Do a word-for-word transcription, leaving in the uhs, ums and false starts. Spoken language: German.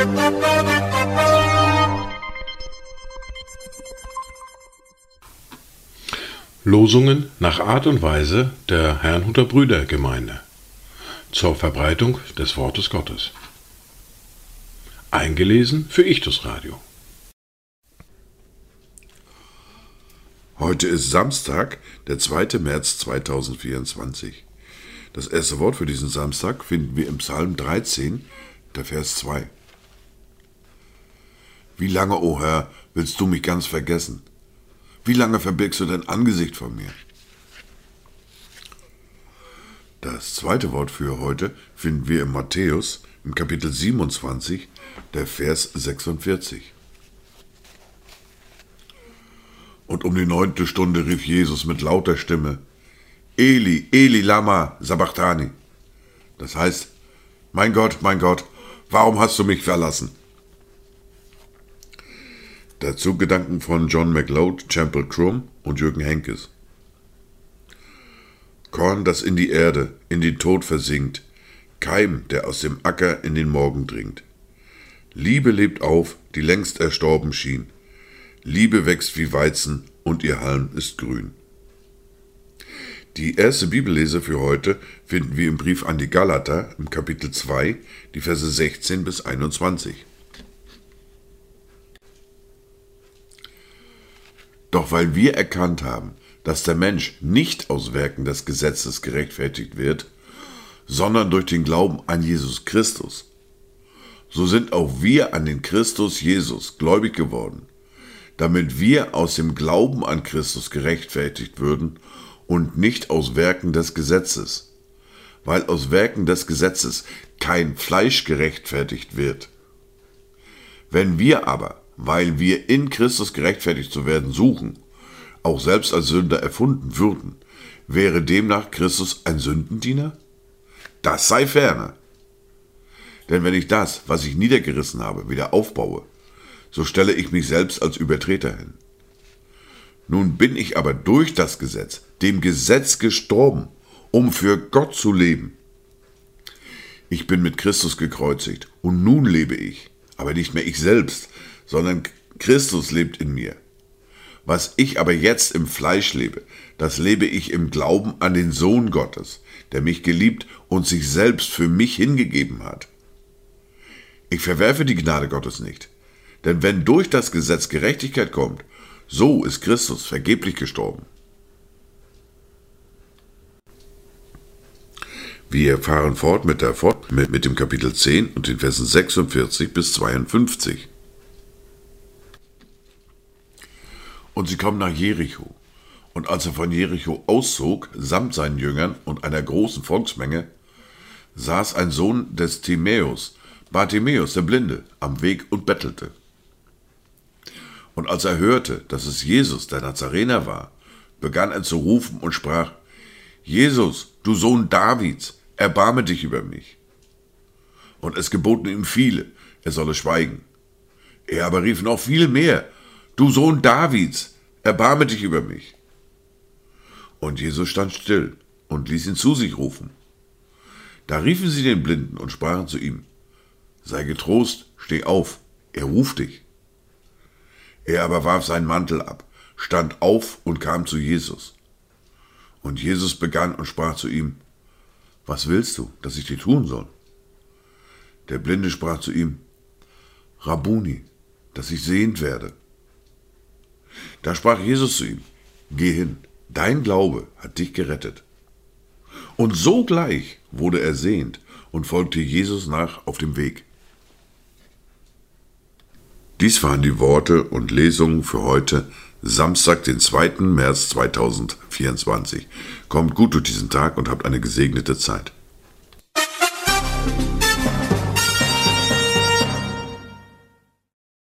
Losungen nach Art und Weise der Herrnhuter Brüdergemeinde zur Verbreitung des Wortes Gottes. Eingelesen für Ichtus Radio. Heute ist Samstag, der zweite März zweitausendvierundzwanzig. Das erste Wort für diesen Samstag finden wir im Psalm dreizehn, der Vers zwei. Wie lange, o Herr, willst du mich ganz vergessen? Wie lange verbirgst du dein Angesicht von mir? Das zweite Wort für heute finden wir in Matthäus im Kapitel siebenundzwanzig, der Vers sechsundvierzig. Und um die neunte Stunde rief Jesus mit lauter Stimme: Eli, Eli, lama sabachthani. Das heißt: Mein Gott, mein Gott, warum hast du mich verlassen? Dazu Gedanken von John MacLeod, Champel Crum und Jürgen Henkes. Korn, das in die Erde, in den Tod versinkt, Keim, der aus dem Acker in den Morgen dringt. Liebe lebt auf, die längst erstorben schien. Liebe wächst wie Weizen und ihr Halm ist grün. Die erste Bibellese für heute finden wir im Brief an die Galater im Kapitel zwei, die Verse sechzehn bis einundzwanzig. Doch weil wir erkannt haben, dass der Mensch nicht aus Werken des Gesetzes gerechtfertigt wird, sondern durch den Glauben an Jesus Christus, so sind auch wir an den Christus Jesus gläubig geworden, damit wir aus dem Glauben an Christus gerechtfertigt würden und nicht aus Werken des Gesetzes, weil aus Werken des Gesetzes kein Fleisch gerechtfertigt wird. Wenn wir aber, weil wir in Christus gerechtfertigt zu werden suchen, auch selbst als Sünder erfunden würden, wäre demnach Christus ein Sündendiener? Das sei ferner. Denn wenn ich das, was ich niedergerissen habe, wieder aufbaue, so stelle ich mich selbst als Übertreter hin. Nun bin ich aber durch das Gesetz, dem Gesetz gestorben, um für Gott zu leben. Ich bin mit Christus gekreuzigt und nun lebe ich, aber nicht mehr ich selbst, sondern Christus lebt in mir. Was ich aber jetzt im Fleisch lebe, das lebe ich im Glauben an den Sohn Gottes, der mich geliebt und sich selbst für mich hingegeben hat. Ich verwerfe die Gnade Gottes nicht, denn wenn durch das Gesetz Gerechtigkeit kommt, so ist Christus vergeblich gestorben. Wir fahren fort mit, der, mit, mit dem Kapitel zehn und den Versen sechsundvierzig bis zweiundfünfzig. Und sie kommen nach Jericho. Und als er von Jericho auszog, samt seinen Jüngern und einer großen Volksmenge, saß ein Sohn des Timäus, Bartimäus, der Blinde, am Weg und bettelte. Und als er hörte, dass es Jesus, der Nazarener war, begann er zu rufen und sprach: Jesus, du Sohn Davids, erbarme dich über mich. Und es geboten ihm viele, er solle schweigen. Er aber rief noch viel mehr: Du Sohn Davids, erbarme dich über mich. Und Jesus stand still und ließ ihn zu sich rufen. Da riefen sie den Blinden und sprachen zu ihm: Sei getrost, steh auf, er ruft dich. Er aber warf seinen Mantel ab, stand auf und kam zu Jesus. Und Jesus begann und sprach zu ihm: Was willst du, dass ich dir tun soll? Der Blinde sprach zu ihm: Rabbuni, dass ich sehend werde. Da sprach Jesus zu ihm: Geh hin, dein Glaube hat dich gerettet. Und sogleich wurde er sehend und folgte Jesus nach auf dem Weg. Dies waren die Worte und Lesungen für heute, Samstag, den zweiten März zweitausendvierundzwanzig. Kommt gut durch diesen Tag und habt eine gesegnete Zeit.